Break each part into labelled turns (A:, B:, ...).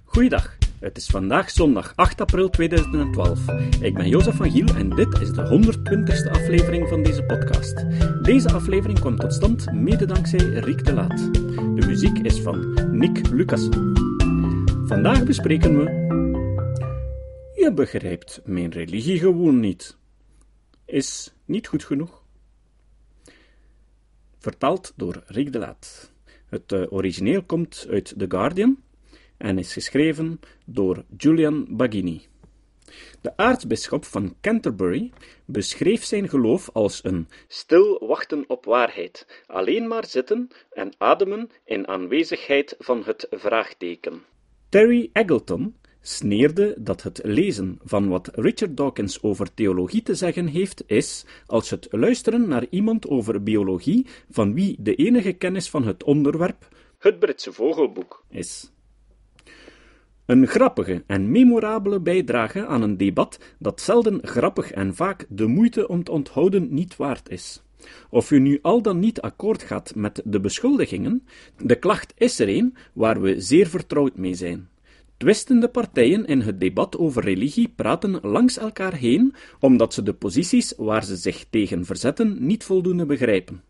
A: Goeiedag, het is vandaag zondag 8 april 2012. Ik ben Jozef van Giel en dit is de 120ste aflevering van deze podcast. Deze aflevering kwam tot stand mede dankzij Rick de Laat. De muziek is van Nick Lucassen. Vandaag bespreken we... Je begrijpt mijn religie gewoon niet. Is niet goed genoeg. Vertaald door Rick de Laat. Het origineel komt uit The Guardian en is geschreven door Julian Baggini. De aartsbisschop van Canterbury beschreef zijn geloof als een stil wachten op waarheid, alleen maar zitten en ademen in aanwezigheid van het vraagteken. Terry Eggleton sneerde dat het lezen van wat Richard Dawkins over theologie te zeggen heeft, is als het luisteren naar iemand over biologie, van wie de enige kennis van het onderwerp het Britse vogelboek is. Een grappige en memorabele bijdrage aan een debat dat zelden grappig en vaak de moeite om te onthouden niet waard is. Of u nu al dan niet akkoord gaat met de beschuldigingen, de klacht is er een waar we zeer vertrouwd mee zijn. Twistende partijen in het debat over religie praten langs elkaar heen, omdat ze de posities waar ze zich tegen verzetten niet voldoende begrijpen.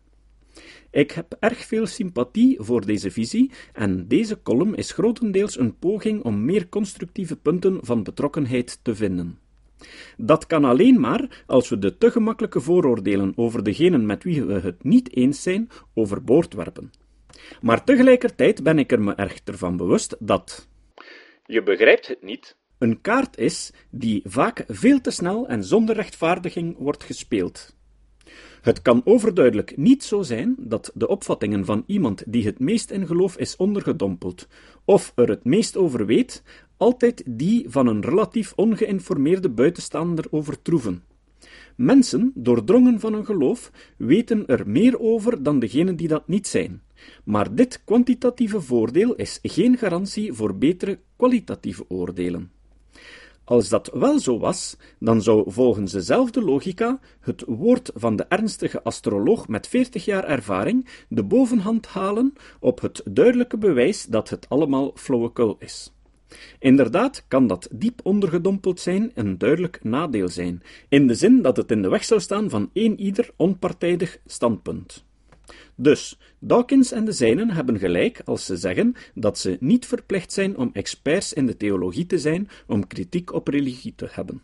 A: Ik heb erg veel sympathie voor deze visie en deze column is grotendeels een poging om meer constructieve punten van betrokkenheid te vinden. Dat kan alleen maar als we de te gemakkelijke vooroordelen over degenen met wie we het niet eens zijn overboord werpen. Maar tegelijkertijd ben ik er me echter van bewust dat... Je begrijpt het niet. Een kaart is die vaak veel te snel en zonder rechtvaardiging wordt gespeeld. Het kan overduidelijk niet zo zijn dat de opvattingen van iemand die het meest in geloof is ondergedompeld, of er het meest over weet, altijd die van een relatief ongeïnformeerde buitenstaander overtroeven. Mensen, doordrongen van een geloof, weten er meer over dan degenen die dat niet zijn. Maar dit kwantitatieve voordeel is geen garantie voor betere kwalitatieve oordelen. Als dat wel zo was, dan zou volgens dezelfde logica het woord van de ernstige astroloog met 40 jaar ervaring de bovenhand halen op het duidelijke bewijs dat het allemaal flauwekul is. Inderdaad kan dat diep ondergedompeld zijn een duidelijk nadeel zijn, in de zin dat het in de weg zou staan van eenieder onpartijdig standpunt. Dus, Dawkins en de zijnen hebben gelijk als ze zeggen dat ze niet verplicht zijn om experts in de theologie te zijn om kritiek op religie te hebben.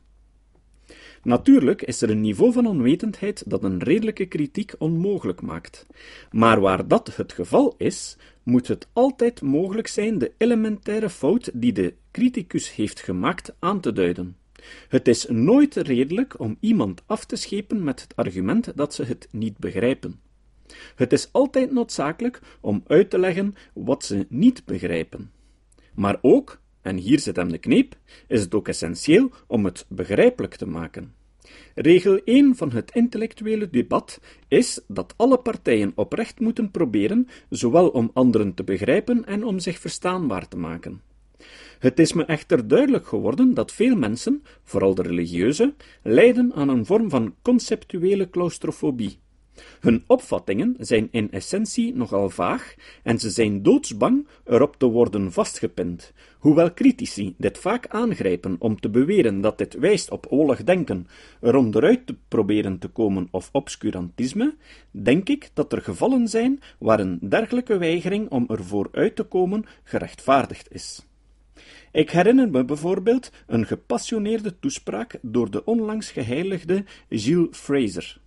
A: Natuurlijk is er een niveau van onwetendheid dat een redelijke kritiek onmogelijk maakt. Maar waar dat het geval is, moet het altijd mogelijk zijn de elementaire fout die de criticus heeft gemaakt aan te duiden. Het is nooit redelijk om iemand af te schepen met het argument dat ze het niet begrijpen. Het is altijd noodzakelijk om uit te leggen wat ze niet begrijpen. Maar ook, en hier zit hem de kneep, is het ook essentieel om het begrijpelijk te maken. Regel 1 van het intellectuele debat is dat alle partijen oprecht moeten proberen, zowel om anderen te begrijpen en om zich verstaanbaar te maken. Het is me echter duidelijk geworden dat veel mensen, vooral de religieuzen, lijden aan een vorm van conceptuele claustrofobie. Hun opvattingen zijn in essentie nogal vaag en ze zijn doodsbang erop te worden vastgepind. Hoewel critici dit vaak aangrijpen om te beweren dat dit wijst op oorlog denken, er onderuit te proberen te komen of obscurantisme, denk ik dat er gevallen zijn waar een dergelijke weigering om ervoor uit te komen gerechtvaardigd is. Ik herinner me bijvoorbeeld een gepassioneerde toespraak door de onlangs geheiligde Giles Fraser.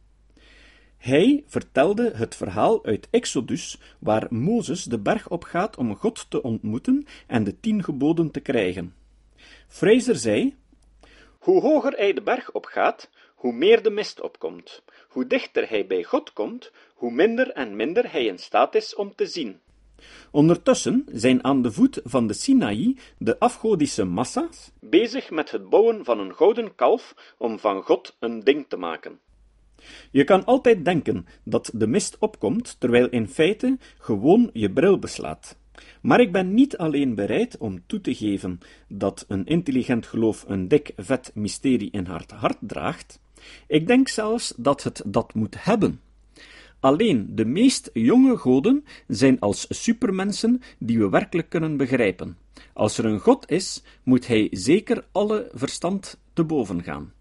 A: Hij vertelde het verhaal uit Exodus, waar Mozes de berg opgaat om God te ontmoeten en de 10 geboden te krijgen. Fraser zei: hoe hoger hij de berg opgaat, hoe meer de mist opkomt. Hoe dichter hij bij God komt, hoe minder en minder hij in staat is om te zien. Ondertussen zijn aan de voet van de Sinaï de afgodische massa's bezig met het bouwen van een gouden kalf om van God een ding te maken. Je kan altijd denken dat de mist opkomt, terwijl in feite gewoon je bril beslaat. Maar ik ben niet alleen bereid om toe te geven dat een intelligent geloof een dik, vet mysterie in haar hart draagt. Ik denk zelfs dat het dat moet hebben. Alleen de meest jonge goden zijn als supermensen die we werkelijk kunnen begrijpen. Als er een God is, moet hij zeker alle verstand te boven gaan.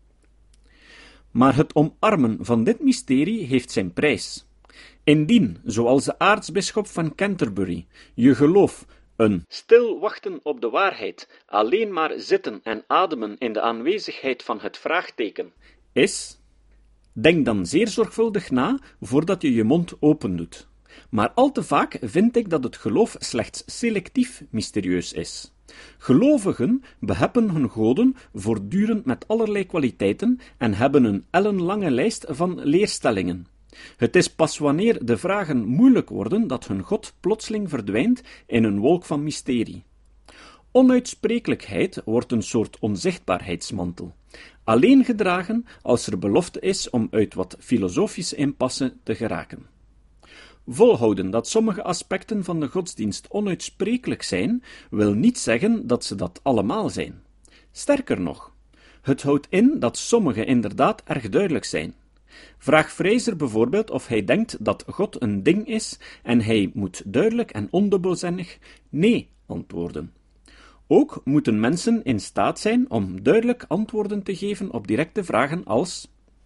A: Maar het omarmen van dit mysterie heeft zijn prijs. Indien, zoals de aartsbisschop van Canterbury, je geloof een stil wachten op de waarheid, alleen maar zitten en ademen in de aanwezigheid van het vraagteken, is, denk dan zeer zorgvuldig na voordat je je mond opendoet. Maar al te vaak vind ik dat het geloof slechts selectief mysterieus is. Gelovigen beheppen hun goden voortdurend met allerlei kwaliteiten en hebben een ellenlange lijst van leerstellingen. Het is pas wanneer de vragen moeilijk worden dat hun God plotseling verdwijnt in een wolk van mysterie. Onuitsprekelijkheid wordt een soort onzichtbaarheidsmantel, alleen gedragen als er belofte is om uit wat filosofische impasse te geraken. Volhouden dat sommige aspecten van de godsdienst onuitsprekelijk zijn, wil niet zeggen dat ze dat allemaal zijn. Sterker nog, het houdt in dat sommige inderdaad erg duidelijk zijn. Vraag Fraser bijvoorbeeld of hij denkt dat God een ding is en hij moet duidelijk en ondubbelzinnig nee antwoorden. Ook moeten mensen in staat zijn om duidelijk antwoorden te geven op directe vragen als: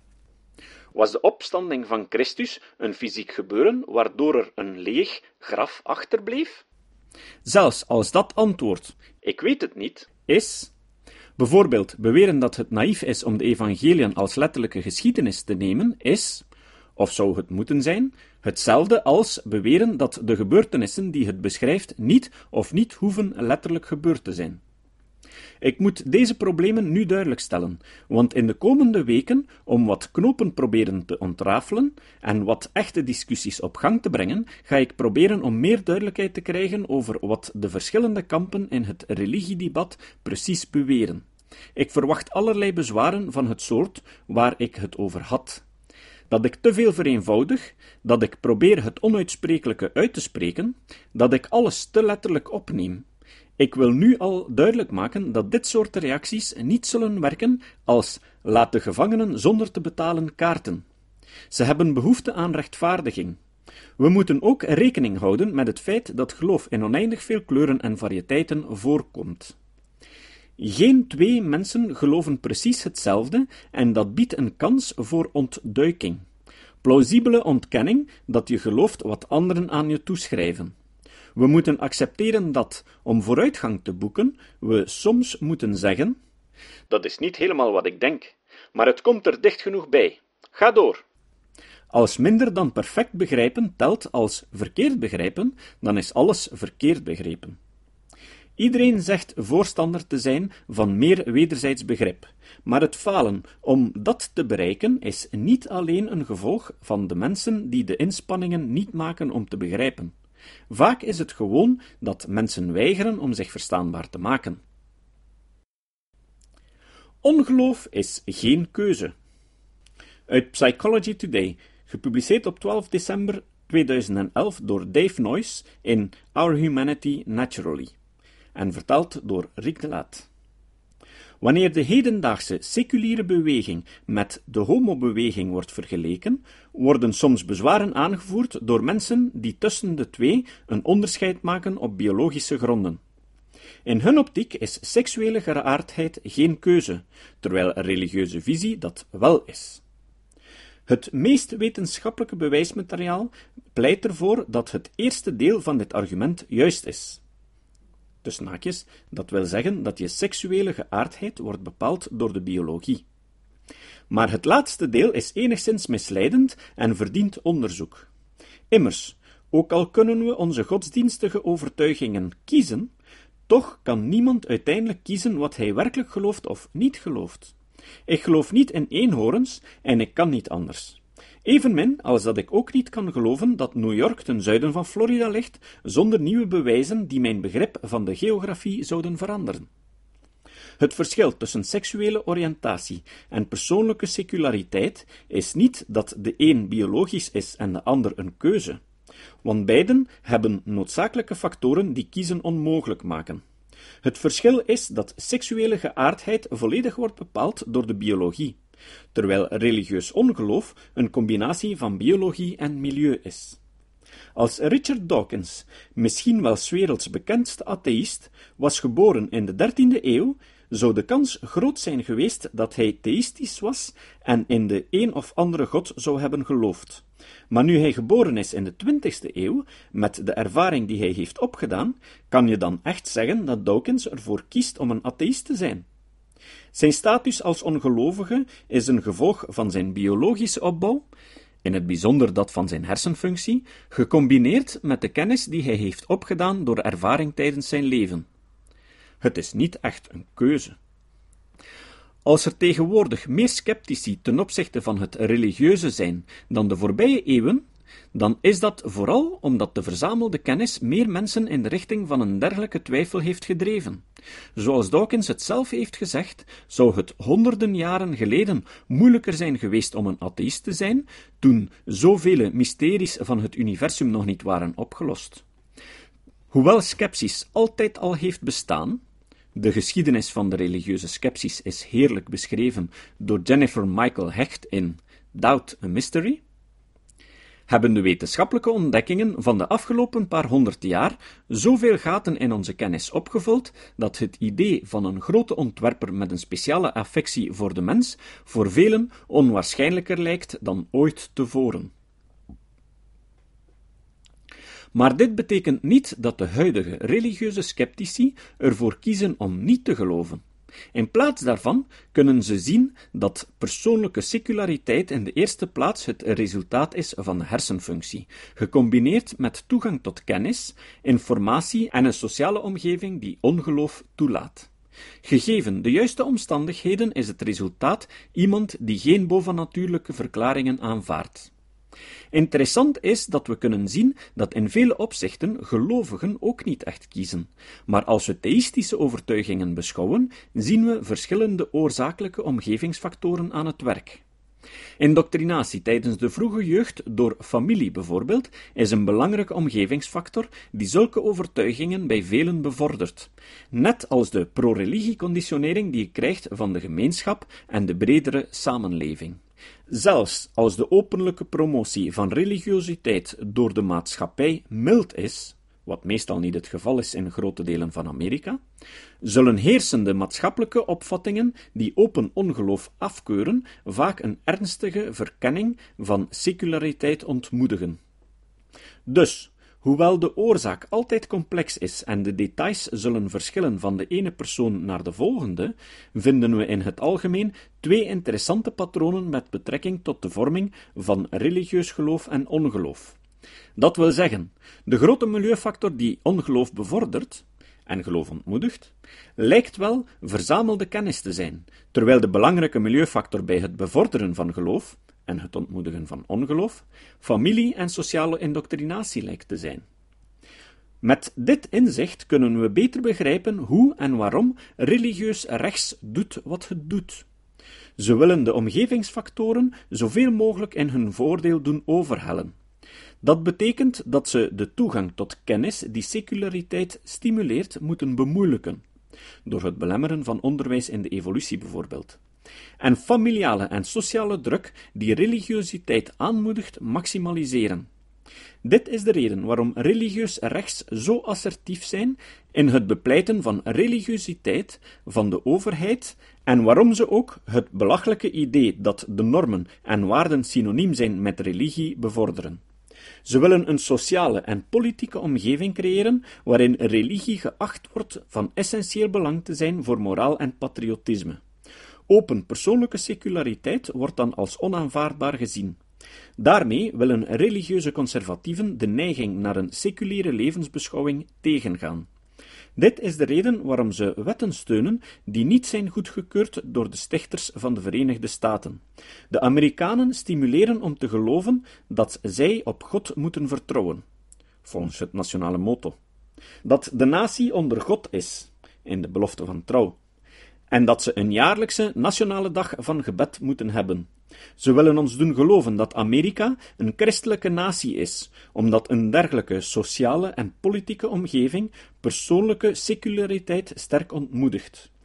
A: was de opstanding van Christus een fysiek gebeuren waardoor er een leeg graf achterbleef? Zelfs als dat antwoord, ik weet het niet, is, bijvoorbeeld beweren dat het naïef is om de evangeliën als letterlijke geschiedenis te nemen, is, of zou het moeten zijn, hetzelfde als beweren dat de gebeurtenissen die het beschrijft niet of niet hoeven letterlijk gebeurd te zijn. Ik moet deze problemen nu duidelijk stellen, want in de komende weken, om wat knopen proberen te ontrafelen en wat echte discussies op gang te brengen, ga ik proberen om meer duidelijkheid te krijgen over wat de verschillende kampen in het religiedebat precies beweren. Ik verwacht allerlei bezwaren van het soort waar ik het over had. Dat ik te veel vereenvoudig, dat ik probeer het onuitsprekelijke uit te spreken, dat ik alles te letterlijk opneem. Ik wil nu al duidelijk maken dat dit soort reacties niet zullen werken als laat de gevangenen zonder te betalen kaarten. Ze hebben behoefte aan rechtvaardiging. We moeten ook rekening houden met het feit dat geloof in oneindig veel kleuren en variëteiten voorkomt. Geen twee mensen geloven precies hetzelfde en dat biedt een kans voor ontduiking. Plausibele ontkenning dat je gelooft wat anderen aan je toeschrijven. We moeten accepteren dat, om vooruitgang te boeken, we soms moeten zeggen: dat is niet helemaal wat ik denk, maar het komt er dicht genoeg bij. Ga door. Als minder dan perfect begrijpen telt als verkeerd begrijpen, dan is alles verkeerd begrepen. Iedereen zegt voorstander te zijn van meer wederzijds begrip, maar het falen om dat te bereiken is niet alleen een gevolg van de mensen die de inspanningen niet maken om te begrijpen. Vaak is het gewoon dat mensen weigeren om zich verstaanbaar te maken. Ongeloof is geen keuze. Uit Psychology Today, gepubliceerd op 12 december 2011 door Dave Noyce in Our Humanity Naturally en vertaald door Rick de Laat. Wanneer de hedendaagse seculiere beweging met de homobeweging wordt vergeleken, worden soms bezwaren aangevoerd door mensen die tussen de twee een onderscheid maken op biologische gronden. In hun optiek is seksuele geaardheid geen keuze, terwijl een religieuze visie dat wel is. Het meest wetenschappelijke bewijsmateriaal pleit ervoor dat het eerste deel van dit argument juist is. Tussen haakjes, dat wil zeggen dat je seksuele geaardheid wordt bepaald door de biologie. Maar het laatste deel is enigszins misleidend en verdient onderzoek. Immers, ook al kunnen we onze godsdienstige overtuigingen kiezen, toch kan niemand uiteindelijk kiezen wat hij werkelijk gelooft of niet gelooft. Ik geloof niet in eenhoorns en ik kan niet anders. Evenmin als dat ik ook niet kan geloven dat New York ten zuiden van Florida ligt, zonder nieuwe bewijzen die mijn begrip van de geografie zouden veranderen. Het verschil tussen seksuele oriëntatie en persoonlijke seculariteit is niet dat de een biologisch is en de ander een keuze, want beiden hebben noodzakelijke factoren die kiezen onmogelijk maken. Het verschil is dat seksuele geaardheid volledig wordt bepaald door de biologie, terwijl religieus ongeloof een combinatie van biologie en milieu is. Als Richard Dawkins, misschien wel 's werelds bekendste atheïst, was geboren in de 13e eeuw, zou de kans groot zijn geweest dat hij theïstisch was en in de een of andere god zou hebben geloofd. Maar nu hij geboren is in de 20e eeuw, met de ervaring die hij heeft opgedaan, kan je dan echt zeggen dat Dawkins ervoor kiest om een atheïst te zijn. Zijn status als ongelovige is een gevolg van zijn biologische opbouw, in het bijzonder dat van zijn hersenfunctie, gecombineerd met de kennis die hij heeft opgedaan door ervaring tijdens zijn leven. Het is niet echt een keuze. Als er tegenwoordig meer sceptici ten opzichte van het religieuze zijn dan de voorbije eeuwen, dan is dat vooral omdat de verzamelde kennis meer mensen in de richting van een dergelijke twijfel heeft gedreven. Zoals Dawkins het zelf heeft gezegd, zou het honderden jaren geleden moeilijker zijn geweest om een atheïst te zijn, toen zoveel mysteries van het universum nog niet waren opgelost. Hoewel skepsis altijd al heeft bestaan, de geschiedenis van de religieuze skepsis is heerlijk beschreven door Jennifer Michael Hecht in Doubt a Mystery, hebben de wetenschappelijke ontdekkingen van de afgelopen paar honderd jaar zoveel gaten in onze kennis opgevuld, dat het idee van een grote ontwerper met een speciale affectie voor de mens voor velen onwaarschijnlijker lijkt dan ooit tevoren. Maar dit betekent niet dat de huidige religieuze sceptici ervoor kiezen om niet te geloven. In plaats daarvan kunnen ze zien dat persoonlijke seculariteit in de eerste plaats het resultaat is van de hersenfunctie, gecombineerd met toegang tot kennis, informatie en een sociale omgeving die ongeloof toelaat. Gegeven de juiste omstandigheden is het resultaat iemand die geen bovennatuurlijke verklaringen aanvaardt. Interessant is dat we kunnen zien dat in vele opzichten gelovigen ook niet echt kiezen, maar als we theïstische overtuigingen beschouwen, zien we verschillende oorzakelijke omgevingsfactoren aan het werk. Indoctrinatie tijdens de vroege jeugd door familie bijvoorbeeld is een belangrijke omgevingsfactor die zulke overtuigingen bij velen bevordert, net als de pro-religie-conditionering die je krijgt van de gemeenschap en de bredere samenleving. Zelfs als de openlijke promotie van religiositeit door de maatschappij mild is, wat meestal niet het geval is in grote delen van Amerika, zullen heersende maatschappelijke opvattingen die open ongeloof afkeuren vaak een ernstige verkenning van seculariteit ontmoedigen. Dus, hoewel de oorzaak altijd complex is en de details zullen verschillen van de ene persoon naar de volgende, vinden we in het algemeen twee interessante patronen met betrekking tot de vorming van religieus geloof en ongeloof. Dat wil zeggen, de grote milieufactor die ongeloof bevordert en geloof ontmoedigt, lijkt wel verzamelde kennis te zijn, terwijl de belangrijke milieufactor bij het bevorderen van geloof en het ontmoedigen van ongeloof, familie en sociale indoctrinatie lijkt te zijn. Met dit inzicht kunnen we beter begrijpen hoe en waarom religieus rechts doet wat het doet. Ze willen de omgevingsfactoren zoveel mogelijk in hun voordeel doen overhellen. Dat betekent dat ze de toegang tot kennis die seculariteit stimuleert moeten bemoeilijken, door het belemmeren van onderwijs in de evolutie bijvoorbeeld. En familiale en sociale druk die religiositeit aanmoedigt maximaliseren. Dit is de reden waarom religieus rechts zo assertief zijn in het bepleiten van religiositeit van de overheid en waarom ze ook het belachelijke idee dat de normen en waarden synoniem zijn met religie bevorderen. Ze willen een sociale en politieke omgeving creëren waarin religie geacht wordt van essentieel belang te zijn voor moraal en patriotisme. Open persoonlijke seculariteit wordt dan als onaanvaardbaar gezien. Daarmee willen religieuze conservatieven de neiging naar een seculiere levensbeschouwing tegengaan. Dit is de reden waarom ze wetten steunen die niet zijn goedgekeurd door de stichters van de Verenigde Staten. De Amerikanen stimuleren om te geloven dat zij op God moeten vertrouwen, volgens het nationale motto. Dat de natie onder God is, in de belofte van trouw. En dat ze een jaarlijkse nationale dag van gebed moeten hebben. Ze willen ons doen geloven dat Amerika een christelijke natie is, omdat een dergelijke sociale en politieke omgeving persoonlijke seculariteit sterk ontmoedigt.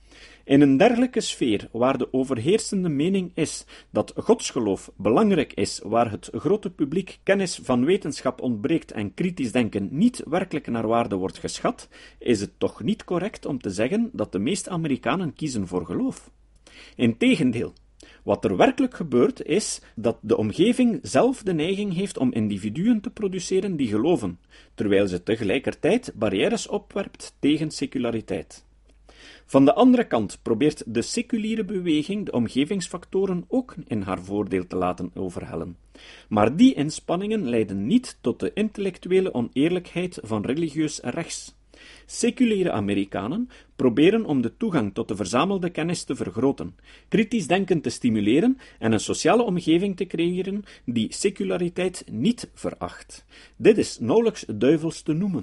A: In een dergelijke sfeer, waar de overheersende mening is dat godsgeloof belangrijk is, waar het grote publiek kennis van wetenschap ontbreekt en kritisch denken niet werkelijk naar waarde wordt geschat, is het toch niet correct om te zeggen dat de meeste Amerikanen kiezen voor geloof. Integendeel, wat er werkelijk gebeurt is dat de omgeving zelf de neiging heeft om individuen te produceren die geloven, terwijl ze tegelijkertijd barrières opwerpt tegen seculariteit. Van de andere kant probeert de seculiere beweging de omgevingsfactoren ook in haar voordeel te laten overhellen. Maar die inspanningen leiden niet tot de intellectuele oneerlijkheid van religieus rechts. Seculiere Amerikanen proberen om de toegang tot de verzamelde kennis te vergroten, kritisch denken te stimuleren en een sociale omgeving te creëren die seculariteit niet veracht. Dit is nauwelijks duivels te noemen.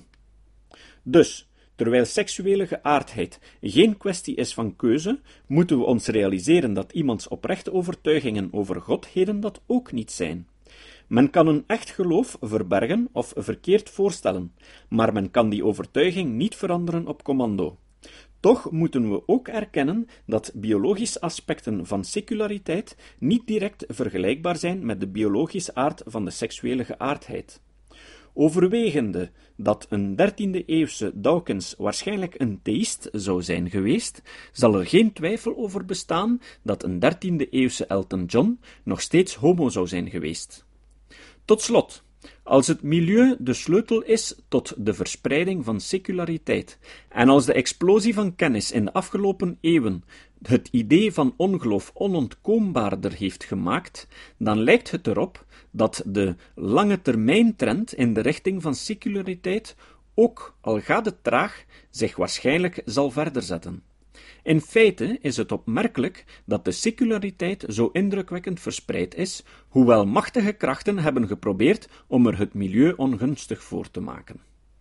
A: Dus, terwijl seksuele geaardheid geen kwestie is van keuze, moeten we ons realiseren dat iemands oprechte overtuigingen over godheden dat ook niet zijn. Men kan een echt geloof verbergen of verkeerd voorstellen, maar men kan die overtuiging niet veranderen op commando. Toch moeten we ook erkennen dat biologische aspecten van seculariteit niet direct vergelijkbaar zijn met de biologische aard van de seksuele geaardheid. Overwegende dat een 13e-eeuwse Dawkins waarschijnlijk een theïst zou zijn geweest, zal er geen twijfel over bestaan dat een 13e-eeuwse Elton John nog steeds homo zou zijn geweest. Tot slot, als het milieu de sleutel is tot de verspreiding van seculariteit, en als de explosie van kennis in de afgelopen eeuwen het idee van ongeloof onontkoombaarder heeft gemaakt, dan lijkt het erop dat de lange termijn trend in de richting van seculariteit ook, al gaat het traag, zich waarschijnlijk zal verder zetten. In feite is het opmerkelijk dat de seculariteit zo indrukwekkend verspreid is, hoewel machtige krachten hebben geprobeerd om er het milieu ongunstig voor te maken.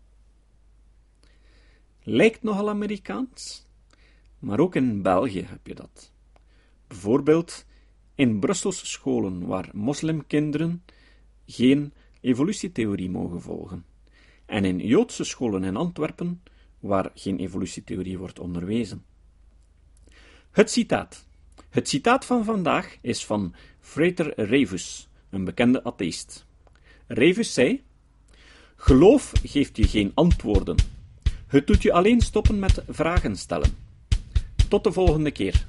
A: Lijkt nogal Amerikaans, maar ook in België heb je dat. Bijvoorbeeld in Brusselse scholen waar moslimkinderen geen evolutietheorie mogen volgen, en in Joodse scholen in Antwerpen waar geen evolutietheorie wordt onderwezen. Het citaat. Het citaat van vandaag is van Frater Revus, een bekende atheïst. Revus zei: geloof geeft je geen antwoorden. Het doet je alleen stoppen met vragen stellen. Tot de volgende keer.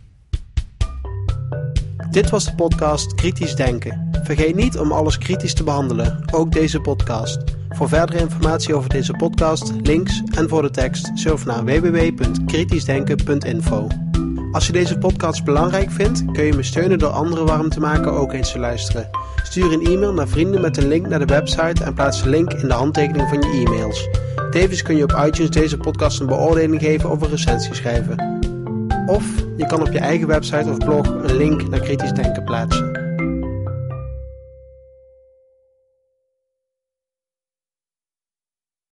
B: Dit was de podcast Kritisch Denken. Vergeet niet om alles kritisch te behandelen, ook deze podcast. Voor verdere informatie over deze podcast, links en voor de tekst, surf naar www.kritischdenken.info. Als je deze podcast belangrijk vindt, kun je me steunen door anderen warm te maken ook eens te luisteren. Stuur een e-mail naar vrienden met een link naar de website en plaats de link in de handtekening van je e-mails. Tevens kun je op iTunes deze podcast een beoordeling geven of een recensie schrijven. Of je kan op je eigen website of blog een link naar Kritisch Denken plaatsen.